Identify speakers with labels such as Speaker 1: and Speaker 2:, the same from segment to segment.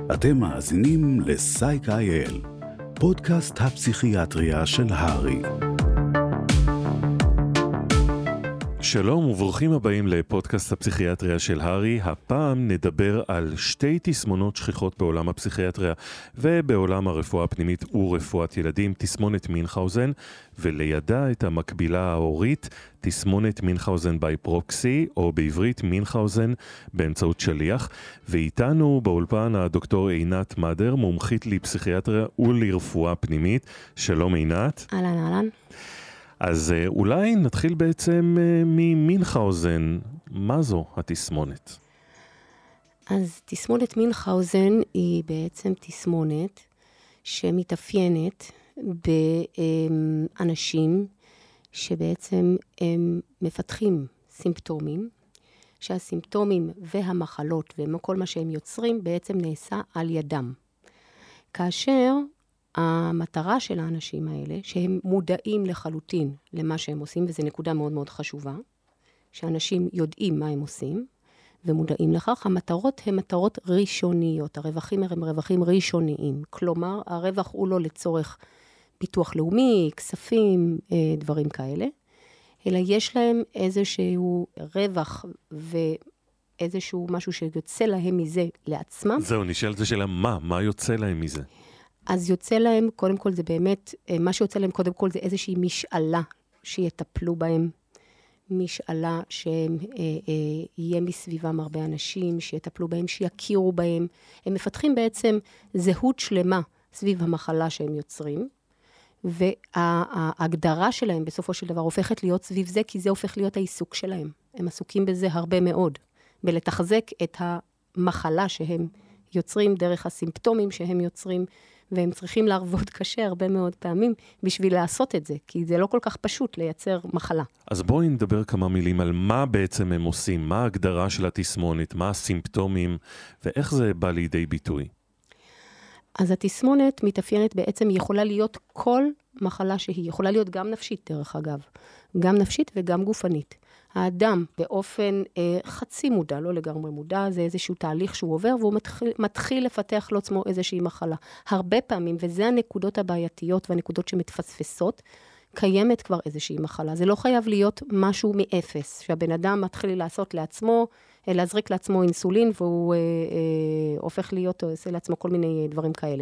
Speaker 1: אתם מאזינים לסייק.איי.אל, פודקאסט הפסיכיאטריה של הרי.
Speaker 2: שלום וברוכים הבאים לפודקאסט הפסיכיאטריה של הרי. הפעם נדבר על שתי תסמונות שכיחות בעולם הפסיכיאטריה ובעולם הרפואה הפנימית ורפואת ילדים, תסמונת מינכאוזן, ולידה את המקבילה ההורית, תסמונת מינכאוזן ביי פרוקסי, או בעברית מינכאוזן באמצעות שליח. ואיתנו באולפן הדוקטור עינת מדר, מומחית לפסיכיאטריה ולרפואה פנימית. שלום עינת.
Speaker 3: אהלן, אהלן.
Speaker 2: אז אולי נתחיל בעצם ממינכאוזן. מה זו התסמונת?
Speaker 3: אז תסמונת מינכאוזן היא בעצם תסמונת שמתאפיינת באנשים שבעצם הם מפתחים סימפטומים, שהסימפטומים והמחלות וכל מה שהם יוצרים בעצם נעשה על ידם. כאשר המטרה של האנשים האלה, שהם מודעים לחלוטין למה שהם עושים, וזו נקודה מאוד מאוד חשובה, שאנשים יודעים מה הם עושים, ומודעים לכך, המטרות הן מטרות ראשוניות, הרווחים הם רווחים ראשוניים, כלומר, הרווח הוא לא לצורך פיתוח לאומי, כספים, דברים כאלה, אלא יש להם איזשהו רווח ואיזשהו משהו שיוצא להם מזה לעצמם.
Speaker 2: זהו, נשאלת השאלה, מה יוצא להם מזה?
Speaker 3: אז יוצא להם, קודם כל זה באמת, מה שיוצא להם קודם כל זה איזושהי משאלה שיטפלו בהם, משאלה שיהיה מסביבם הרבה אנשים, שיטפלו בהם, שיכירו בהם. הם מפתחים בעצם זהות שלמה סביב המחלה שהם יוצרים, וההגדרה שלהם בסופו של דבר הופכת להיות סביב זה, כי זה הופך להיות העיסוק שלהם. הם עסוקים בזה הרבה מאוד, בלתחזק את המחלה שהם יוצרים דרך הסימפטומים שהם יוצרים, והם צריכים לעבוד קשה הרבה מאוד פעמים בשביל לעשות את זה, כי זה לא כל כך פשוט לייצר מחלה.
Speaker 2: אז בואי נדבר כמה מילים על מה בעצם הם עושים, מה ההגדרה של התסמונת, מה הסימפטומים, ואיך זה בא לידי ביטוי.
Speaker 3: אז התסמונת מתאפיינת בעצם, יכולה להיות כל מחלה שהיא, יכולה להיות גם נפשית דרך אגב, גם נפשית וגם גופנית. האדם באופן חצי מודע, לא לגמרי מודע, זה איזשהו תהליך שהוא עובר, והוא מתחיל לפתח לעצמו איזושהי מחלה. הרבה פעמים, וזה הנקודות הבעייתיות והנקודות שמתפספסות, קיימת כבר איזושהי מחלה. זה לא חייב להיות משהו מאפס, שהבן אדם מתחיל לעשות לעצמו, להזריק לעצמו אינסולין, והוא הופך להיות, או עושה לעצמו כל מיני דברים כאלה.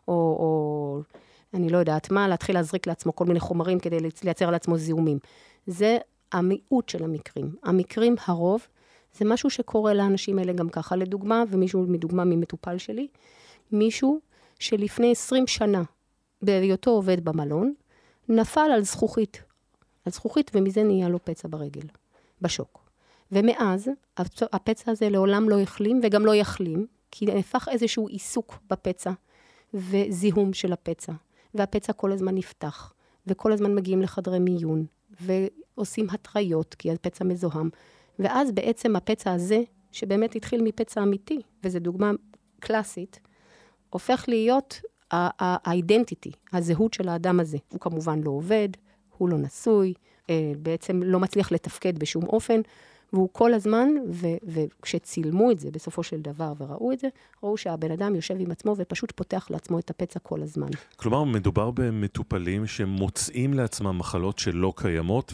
Speaker 3: או אני לא יודעת מה, להתחיל להזריק לעצמו כל מיני חומרים כדי לייצר לעצמו זיהומים. זה המיעוט של המקרים. המקרים הרוב, זה משהו שקורה לאנשים האלה גם ככה. לדוגמה, ומישהו מדוגמה ממטופל שלי, מישהו שלפני 20 שנה, בהיותו עובד במלון, נפל על זכוכית, ומזה נהיה לו פצע ברגל, בשוק. ומאז, הפצע הזה לעולם לא החלים, וגם לא יחלים, כי הפך איזשהו עיסוק בפצע, וזיהום של הפצע. והפצע כל הזמן נפתח, וכל הזמן מגיעים לחדרי מיון, ועושים הטריות, כי הפצע מזוהם. ואז בעצם הפצע הזה, שבאמת התחיל מפצע אמיתי, וזו דוגמה קלאסית, הופך להיות האידנטיטי, הזהות של האדם הזה. הוא כמובן לא עובד, הוא לא נשוי, בעצם לא מצליח לתפקד בשום אופן, והוא כל הזמן, וכשצילמו את זה בסופו של דבר וראו את זה, ראו שהבן אדם יושב עם עצמו ופשוט פותח לעצמו את הפצע כל הזמן.
Speaker 2: כלומר, מדובר במטופלים שמוצאים לעצמם מחלות שלא קיימות,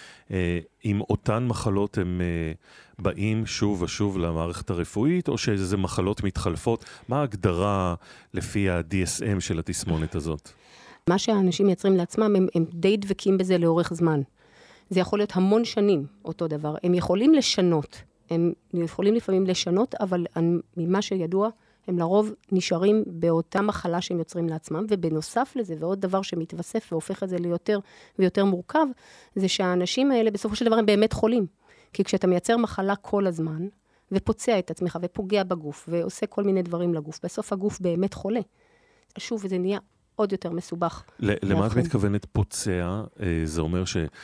Speaker 2: ועם אותן מחלות הם באים שוב ושוב למערכת הרפואית, או שזה מחלות מתחלפות? מה ההגדרה לפי ה-DSM של התסמונת הזאת?
Speaker 3: מה שהאנשים מייצרים לעצמם, הם די דבקים בזה לאורך זמן. זה יכול להיות המון שנים, אותו דבר. הם יכולים לשנות, הם יכולים לפעמים לשנות, אבל ממה שידוע, הם לרוב נשארים באותה מחלה שהם יוצרים לעצמם, ובנוסף לזה, ועוד דבר שמתווסף והופך את זה ליותר ויותר מורכב, זה שהאנשים האלה בסופו של דבר הם באמת חולים. כי כשאתה מייצר מחלה כל הזמן, ופוצע את עצמך, ופוגע בגוף, ועושה כל מיני דברים לגוף, בסוף הגוף באמת חולה. שוב, זה נהיה עוד יותר מסובך.
Speaker 2: למה את מתכוונת פוצע? זה אומר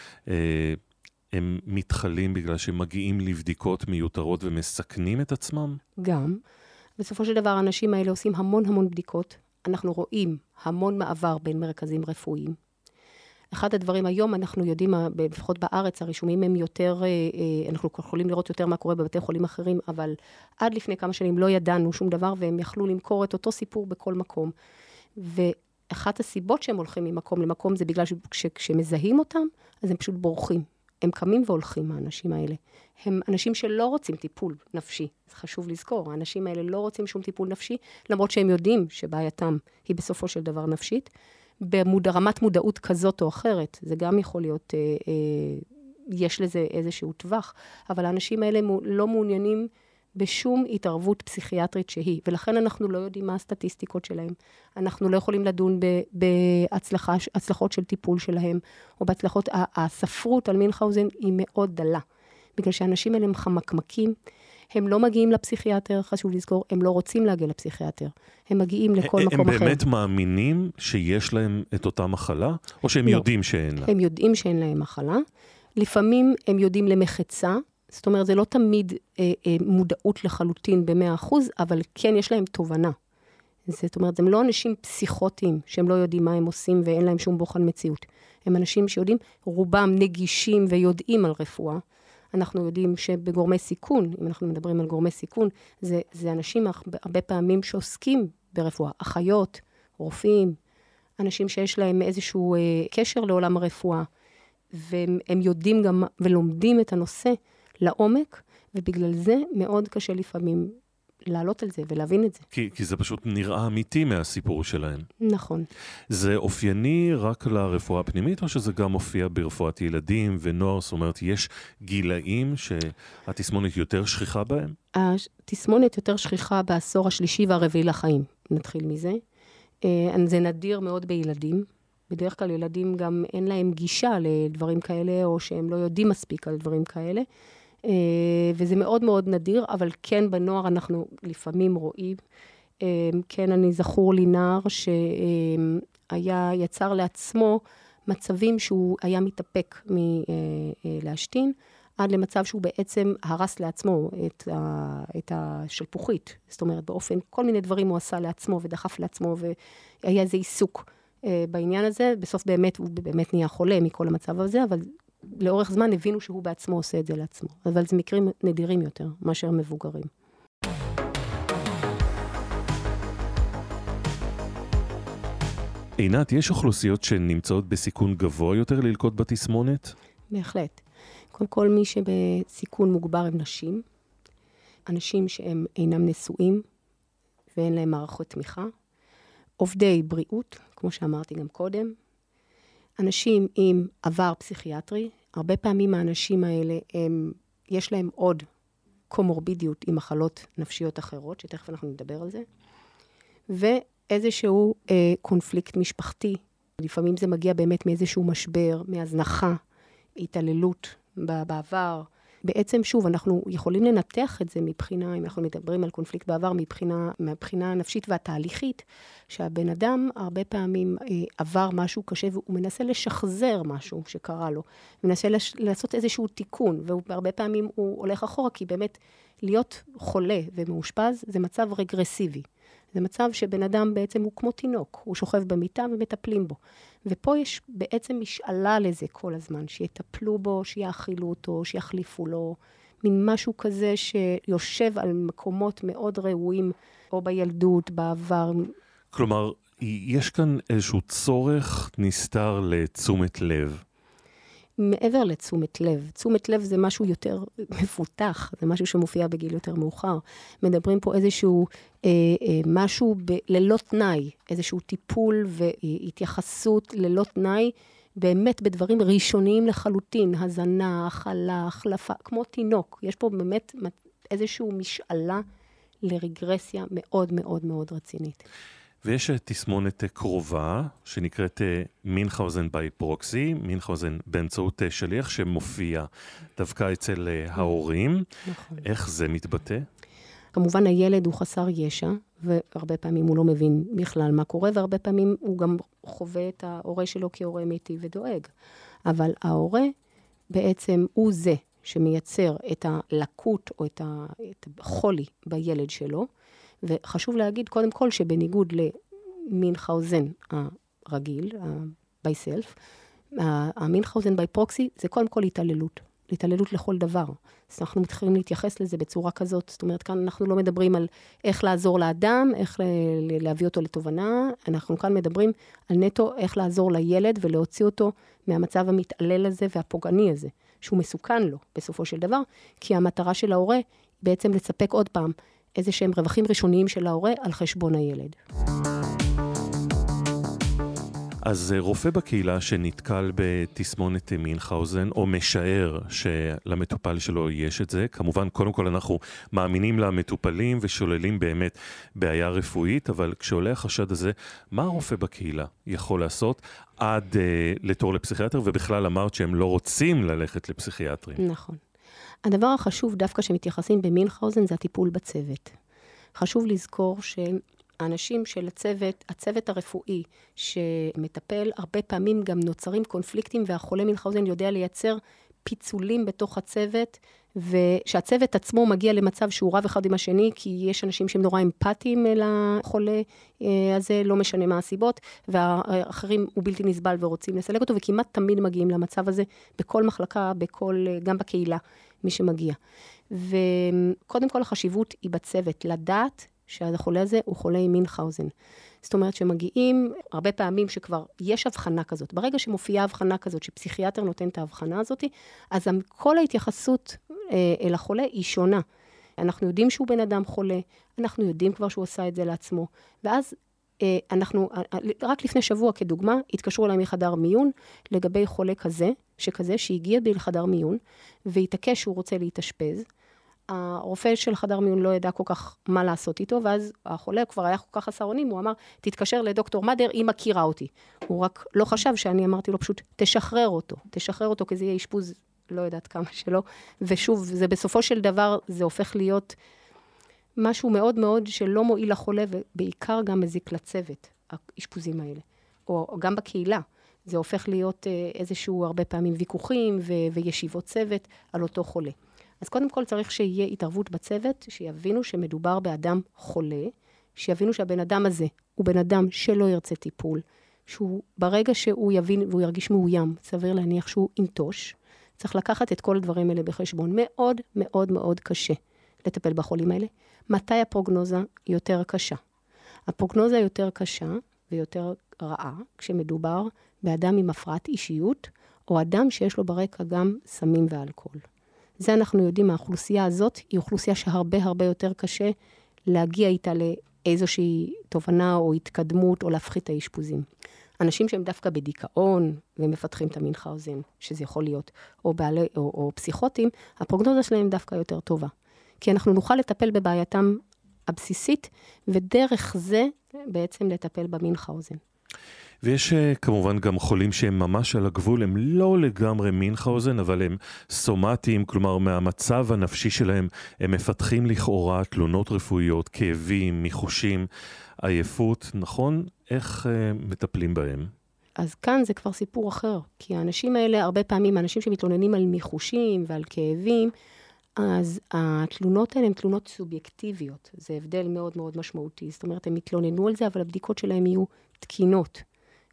Speaker 2: שהם מתחלים בגלל שהם מגיעים לבדיקות מיותרות ומסכנים את עצמם?
Speaker 3: גם. בסופו של דבר, האנשים האלה עושים המון בדיקות. אנחנו רואים המון מעבר בין מרכזים רפואיים. אחד הדברים היום, אנחנו יודעים, לפחות בארץ, הרישומים הם יותר, אנחנו יכולים לראות יותר מה קורה בבתי חולים אחרים, אבל עד לפני כמה שנים לא ידענו שום דבר, והם יכלו למכור את אותו סיפור בכל מקום. ואחת הסיבות שהם הולכים ממקום למקום, זה בגלל שכשמזהים אותם, אז הם פשוט בורחים. הם קמים והולכים, האנשים האלה. הם אנשים שלא רוצים טיפול נפשי. זה חשוב לזכור, האנשים האלה לא רוצים שום טיפול נפשי, למרות שהם יודעים שבעייתם היא בסופו של דבר נפשית. ברמת מודעות כזאת או אחרת, זה גם יכול להיות, יש לזה איזשהו טווח, אבל האנשים האלה לא מעוניינים בשום התערבות פסיכיאטרית שהיא, ולכן אנחנו לא יודעים מה הסטטיסטיקות שלהם. אנחנו לא יכולים לדון בהצלחות של טיפול שלהם, או בהצלחות, הספרות על מינכהאוזן היא מאוד דלה, בגלל שהאנשים האלה הם חמקמקים, הם לא מגיעים לפסיכיאטר, חשוב לזכור, הם לא רוצים להגיע לפסיכיאטר, הם מגיעים לכל מקום אחר.
Speaker 2: הם באמת מאמינים שיש להם את אותה מחלה, או שהם יודעים שאין לה?
Speaker 3: הם יודעים שאין להם מחלה, לפעמים הם יודעים למחצה, זאת אומרת, זה לא תמיד מודעות לחלוטין ב100%, אבל כן יש להם תובנה. זאת אומרת, הם לא אנשים פסיכוטיים, שהם לא יודעים מה הם עושים ואין להם שום בוחן מציאות. הם אנשים שיודעים, רובם נגישים ויודעים על רפואה, אנחנו יודעים שבגורמי סיכון, אם אנחנו מדברים על גורמי סיכון, זה אנשים הרבה פעמים שעוסקים ברפואה, אחיות, רופאים, אנשים שיש להם איזשהו קשר לעולם הרפואה, והם יודעים גם ולומדים את הנושא לעומק, ובגלל זה מאוד קשה לפעמים לעלות על זה ולהבין את זה.
Speaker 2: כי זה פשוט נראה אמיתי מהסיפור שלהם.
Speaker 3: נכון.
Speaker 2: זה אופייני רק לרפואה הפנימית, או שזה גם מופיע ברפואת ילדים ונוער? זאת אומרת, יש גילאים שהתסמונת יותר שכיחה בהם?
Speaker 3: התסמונת יותר שכיחה בעשור השלישי והרביעי לחיים. נתחיל מזה. זה נדיר מאוד בילדים. בדרך כלל ילדים גם אין להם גישה לדברים כאלה, או שהם לא יודעים מספיק על דברים כאלה. וזה מאוד מאוד נדיר, אבל כן בנוער אנחנו לפעמים רואים, כן אני זכור לי נער יצר לעצמו מצבים שהוא היה מתאפק מלהשתין, עד למצב שהוא בעצם הרס לעצמו את השלפוחית, זאת אומרת באופן, כל מיני דברים הוא עשה לעצמו ודחף לעצמו, והיה איזה עיסוק בעניין הזה, בסוף באמת הוא באמת נהיה חולה מכל המצב הזה, אבל לאורך זמן הבינו שהוא בעצמו עושה את זה לעצמו. אבל זה מקרים נדירים יותר, מאשר מבוגרים.
Speaker 2: עינת, יש אוכלוסיות שנמצאות בסיכון גבוה יותר ללקות בתסמונת?
Speaker 3: בהחלט. קודם כל, מי שבסיכון מוגבר הם נשים, אנשים שהם אינם נשואים, ואין להם מערכות תמיכה, עובדי בריאות, כמו שאמרתי גם קודם, אנשים עם עבר פסיכיאטרי, הרבה פעמים האנשים האלה, יש להם עוד קומורבידיות עם מחלות נפשיות אחרות, שתכף אנחנו נדבר על זה, ואיזשהו קונפליקט משפחתי. לפעמים זה מגיע באמת מאיזשהו משבר, מהזנחה, התעללות בעבר. בעצם שוב, אנחנו יכולים לנתח את זה מבחינה, אם אנחנו מדברים על קונפליקט בעבר, מבחינה נפשית והתהליכית, שהבן אדם הרבה פעמים עבר משהו קשה, והוא מנסה לשחזר משהו שקרה לו, מנסה לעשות איזשהו תיקון, והרבה פעמים הוא הולך אחורה, כי באמת להיות חולה ומאושפז, זה מצב רגרסיבי. זה מצב שבן אדם בעצם הוא כמו תינוק, הוא שוכב במיטה ומטפלים בו. ופה יש בעצם משאלה לזה כל הזמן, שיטפלו בו, שיאכילו אותו, שיחליפו לו, מין משהו כזה שיושב על מקומות מאוד ראויים, או בילדות, בעבר.
Speaker 2: כלומר, יש כאן איזשהו צורך נסתר לתשומת לב.
Speaker 3: מעבר לתשומת לב. תשומת לב זה משהו יותר מפותח, זה משהו שמופיע בגיל יותר מאוחר. מדברים פה איזשהו משהו ללא תנאי, איזשהו טיפול והתייחסות ללא תנאי, באמת בדברים ראשוניים לחלוטין, הזנה, אכלה, החלפה, כמו תינוק. יש פה באמת איזשהו משאלה לרגרסיה מאוד מאוד מאוד רצינית.
Speaker 2: ויש תסמונת קרובה, שנקראת מינכהאוזן ביי פרוקסי, מינכהאוזן באמצעות שליח שמופיע דווקא אצל ההורים.
Speaker 3: נכון.
Speaker 2: איך זה מתבטא?
Speaker 3: כמובן הילד הוא חסר ישע, והרבה פעמים הוא לא מבין בכלל מה קורה, והרבה פעמים הוא גם חווה את ההורה שלו כהורה מיטיב ודואג. אבל ההורה בעצם הוא זה שמייצר את הלקות או את החולי בילד שלו, וחשוב להגיד קודם כל שבניגוד למינכהאוזן הרגיל, ה-by self, המינכאוזן ביי פרוקסי זה קודם כל התעללות. התעללות לכל דבר. אז אנחנו מתחילים להתייחס לזה בצורה כזאת. זאת אומרת, כאן אנחנו לא מדברים על איך לעזור לאדם, איך להביא אותו לתובנה. אנחנו כאן מדברים על נטו איך לעזור לילד ולהוציא אותו מהמצב המתעלל הזה והפוגעני הזה, שהוא מסוכן לו בסופו של דבר, כי המטרה של ההורה היא בעצם לספק עוד פעם איזה שהם רווחים ראשוניים של ההורה על חשבון הילד.
Speaker 2: אז רופא בקהילה שנתקל בתסמונת מינכאוזן, או משער שלמטופל שלו יש את זה, כמובן, קודם כל אנחנו מאמינים למטופלים ושוללים באמת בעיה רפואית, אבל כשעולה החשד הזה, מה הרופא בקהילה יכול לעשות עד לתור לפסיכיאטר, ובכלל אמרת שהם לא רוצים ללכת לפסיכיאטרים?
Speaker 3: נכון. הדבר החשוב דווקא שמתייחסים במינכאוזן זה הטיפול בצוות. חשוב לזכור האנשים של הצוות הרפואי שמטפל, הרבה פעמים גם נוצרים קונפליקטים, והחולה מינכאוזן יודע לייצר פיצולים בתוך הצוות, ושהצוות עצמו מגיע למצב שהוא רב אחד עם השני, כי יש אנשים שהם נורא אמפתיים לחולה הזה, לא משנה מה הסיבות, והאחרים הוא בלתי נסבל ורוצים לסלק אותו, וכמעט תמיד מגיעים למצב הזה בכל מחלקה, גם בקהילה, מי שמגיע. וקודם כל החשיבות היא בצוות, לדעת שהחולה הזה הוא חולה עם מינכאוזן. זאת אומרת שמגיעים הרבה פעמים שכבר יש הבחנה כזאת. ברגע שמופיעה הבחנה כזאת, שפסיכיאטר נותן את ההבחנה הזאת, אז כל ההתייחסות אל החולה היא שונה. אנחנו יודעים שהוא בן אדם חולה, אנחנו יודעים כבר שהוא עושה את זה לעצמו, ואז רק לפני שבוע כדוגמה, התקשרו אליי מחדר מיון, לגבי חולה כזה שהגיע לחדר מיון, והתעקש שהוא רוצה להתאשפז, הרופא של חדר מיון לא ידע כל כך מה לעשות איתו, ואז החולה כבר היה כל כך חסר אונים, הוא אמר, תתקשר לדוקטור מדר, היא מכירה אותי. הוא רק לא חשב שאני אמרתי לו פשוט, תשחרר אותו, כי זה יהיה אשפוז, לא יודעת כמה שלא, ושוב, זה בסופו של דבר, זה הופך להיות משהו מאוד מאוד שלא מועיל לחולה, ובעיקר גם מזיק לצוות, האשפוזים האלה, או גם בקהילה. זה הופך להיות איזשהו הרבה פעמים ויכוחים וישיבות צוות על אותו חולה. אז קודם כל צריך שיהיה התערבות בצוות, שיבינו שמדובר באדם חולה, שיבינו שהבן אדם הזה הוא בן אדם שלא ירצה טיפול, שהוא ברגע שהוא יבין והוא ירגיש מאוים, סביר להניח שהוא ינטוש, צריך לקחת את כל הדברים האלה בחשבון. מאוד מאוד מאוד קשה לטפל בחולים האלה. מתי הפרוגנוזה יותר קשה? הפרוגנוזה יותר קשה ויותר רעה, כשמדובר באדם עם הפרעת אישיות, או אדם שיש לו ברקע גם סמים ואלכוהול. זה אנחנו יודעים, האוכלוסייה הזאת היא אוכלוסייה שהרבה הרבה יותר קשה להגיע איתה לאיזושהי תובנה או התקדמות או להפחית את האשפוזים. אנשים שהם דווקא בדיכאון ומפתחים את המינכאוזן, שזה יכול להיות, או פסיכוטים, הפרוגנוזה שלהם דווקא יותר טובה. כי אנחנו נוכל לטפל בבעייתם הבסיסית, ודרך זה בעצם לטפל במינכאוזן.
Speaker 2: ויש כמובן גם חולים שהם ממש על הגבול, הם לא לגמרי מינכאוזן, אבל הם סומטיים, כלומר מהמצב הנפשי שלהם, הם מפתחים לכאורה תלונות רפואיות, כאבים, מיחושים, עייפות, נכון? איך מטפלים בהם?
Speaker 3: אז כאן זה כבר סיפור אחר, כי האנשים האלה, הרבה פעמים, האנשים שמתלוננים על מיחושים ועל כאבים, אז התלונות האלה הן תלונות סובייקטיביות, זה הבדל מאוד מאוד משמעותי, זאת אומרת, הם מתלוננו על זה, אבל הבדיקות שלהם יהיו תקינות,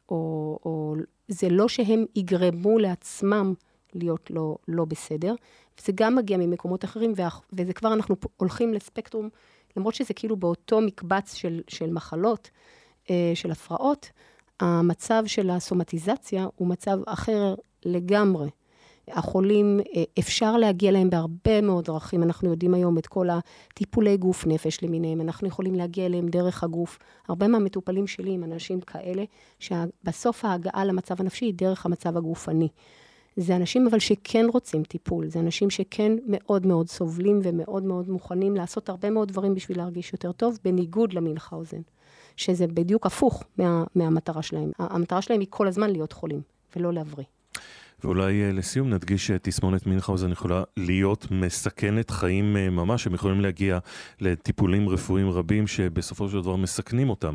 Speaker 3: או זה לא שהם יגרמו לעצמם להיות לא בסדר, וזה גם מגיע ממקומות אחרים, וזה כבר אנחנו הולכים לספקטרום, למרות שזה כאילו באותו מקבץ של מחלות, של הפרעות, המצב של הסומטיזציה הוא מצב אחר לגמרי. החולים, אפשר להגיע להם בהרבה מאוד דרכים, אנחנו יודעים היום את כל הטיפולי גוף נפש למיניהם, אנחנו יכולים להגיע אליהם דרך הגוף. הרבה מהמטופלים שלי הם אנשים כאלה, שבסוף ההגעה למצב הנפשי היא דרך המצב הגופני. זה אנשים אבל שכן רוצים טיפול, זה אנשים שכן מאוד מאוד סובלים ומאוד מאוד מוכנים לעשות הרבה מאוד דברים בשביל להרגיש יותר טוב, בניגוד למינכאוזן, שזה בדיוק הפוך מהמטרה שלהם. המטרה שלהם היא כל הזמן להיות חולים ולא להבריא.
Speaker 2: ואולי לסיום נדגיש שתסמונת מינכאוזן יכולה להיות מסכנת חיים ממש, הם יכולים להגיע לטיפולים רפואיים רבים שבסופו של דבר מסכנים אותם.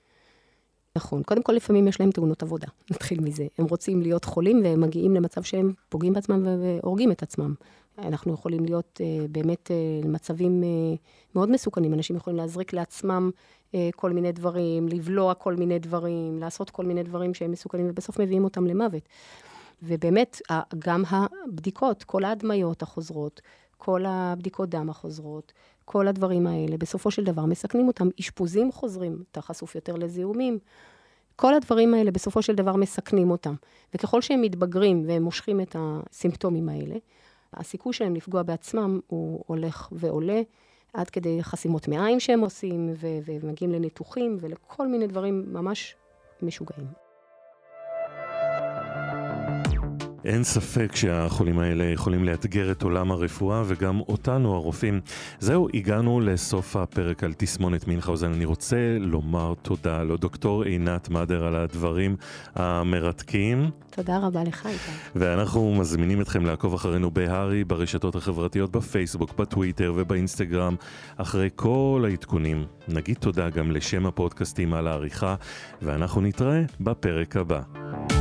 Speaker 3: נכון, קודם כל לפעמים יש להם תאונות עבודה, נתחיל מזה. הם רוצים להיות חולים והם מגיעים למצב שהם פוגעים בעצמם והורגים את עצמם. אנחנו יכולים להיות באמת למצבים מאוד מסוכנים, אנשים יכולים להזריק לעצמם כל מיני דברים, לבלוע כל מיני דברים, לעשות כל מיני דברים שהם מסוכנים ובסוף מביאים אותם למוות. ובאמת, גם הבדיקות, כל ההדמיות החוזרות, כל הבדיקות דם החוזרות, כל הדברים האלה, בסופו של דבר מסכנים אותם. אשפוזים חוזרים, אתה חשוף יותר לזיהומים. כל הדברים האלה בסופו של דבר מסכנים אותם. וככל שהם מתבגרים והם מושכים את הסימפטומים האלה, הסיכוי שלהם לפגוע בעצמם הוא הולך ועולה, עד כדי חסימות מעיים שהם עושים, ומגיעים לניתוחים ולכל מיני דברים ממש משוגעים.
Speaker 2: אין ספק שהחולים האלה יכולים לאתגר את עולם הרפואה וגם אותנו הרופאים. זהו, הגענו לסוף הפרק על תסמונת מינכאוזן. אני רוצה לומר תודה לדוקטור עינת מדר על הדברים המרתקים.
Speaker 3: תודה רבה לך איתה.
Speaker 2: ואנחנו מזמינים אתכם לעקוב אחרינו בהרי, ברשתות החברתיות, בפייסבוק, בטוויטר ובאינסטגרם, אחרי כל העדכונים. נגיד תודה גם לשם הפודקאסטים על העריכה, ואנחנו נתראה בפרק הבא.